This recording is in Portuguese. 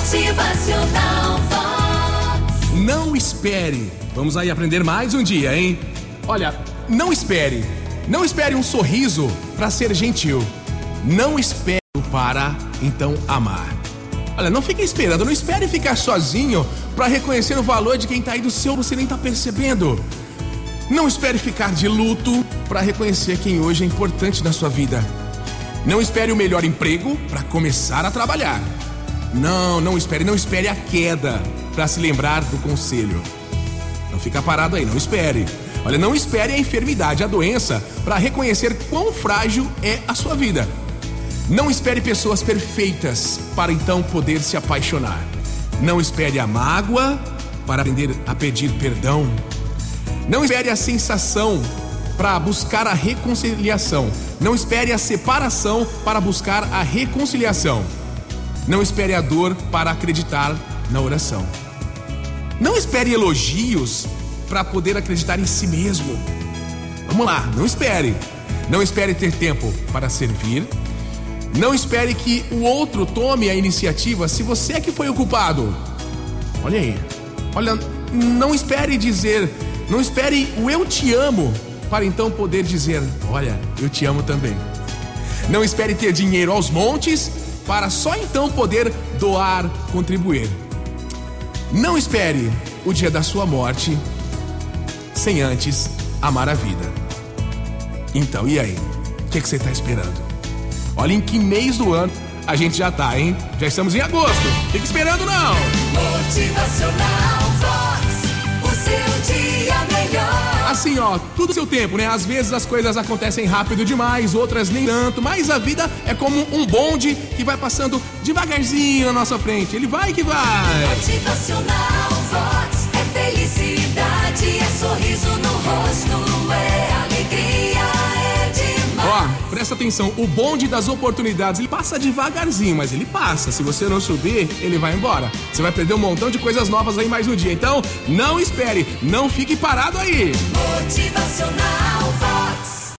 Motivacional Vox. Não espere. Vamos aí aprender mais um dia, hein? Olha, não espere. Não espere um sorriso para ser gentil. Não espere para, então, amar. Olha, não fique esperando. Não espere ficar sozinho para reconhecer o valor de quem tá aí do seu, você nem tá percebendo. Não espere ficar de luto para reconhecer quem hoje é importante na sua vida. Não espere o melhor emprego para começar a trabalhar. Não espere a queda para se lembrar do conselho. Não fica parado aí, não espere. Olha, não espere a enfermidade, a doença, para reconhecer quão frágil é a sua vida. Não espere pessoas perfeitas para então poder se apaixonar. Não espere a mágoa para aprender a pedir perdão. Não espere a sensação para buscar a reconciliação. Não espere a separação para buscar a reconciliação. Não espere a dor para acreditar na oração. Não espere elogios para poder acreditar em si mesmo. Vamos lá, não espere. Não espere ter tempo para servir. Não espere que o outro tome a iniciativa se você é que foi o culpado. Olha aí. Olha, não espere o eu te amo para então poder dizer, olha, eu te amo também. Não espere ter dinheiro aos montes para só então poder doar, contribuir. Não espere o dia da sua morte sem antes amar a vida. Então, e aí? O que você está esperando? Olha em que mês do ano a gente já tá, hein? Já estamos em agosto. Fica esperando não. Motivacional Vox, o seu dia melhor. Assim, ó, tudo seu tempo, né? Às vezes as coisas acontecem rápido demais, outras nem tanto, mas a vida é como um bonde que vai passando devagarzinho na nossa frente. Ele vai que vai. Motivacional Vox é felicidade, é sorriso no rosto, é alegria, é demais. Ó, presta atenção, o bonde das oportunidades, ele passa devagarzinho, mas ele passa. Se você não subir, ele vai embora. Você vai perder um montão de coisas novas aí mais um dia. Então, não espere, não fique parado aí. Motivacional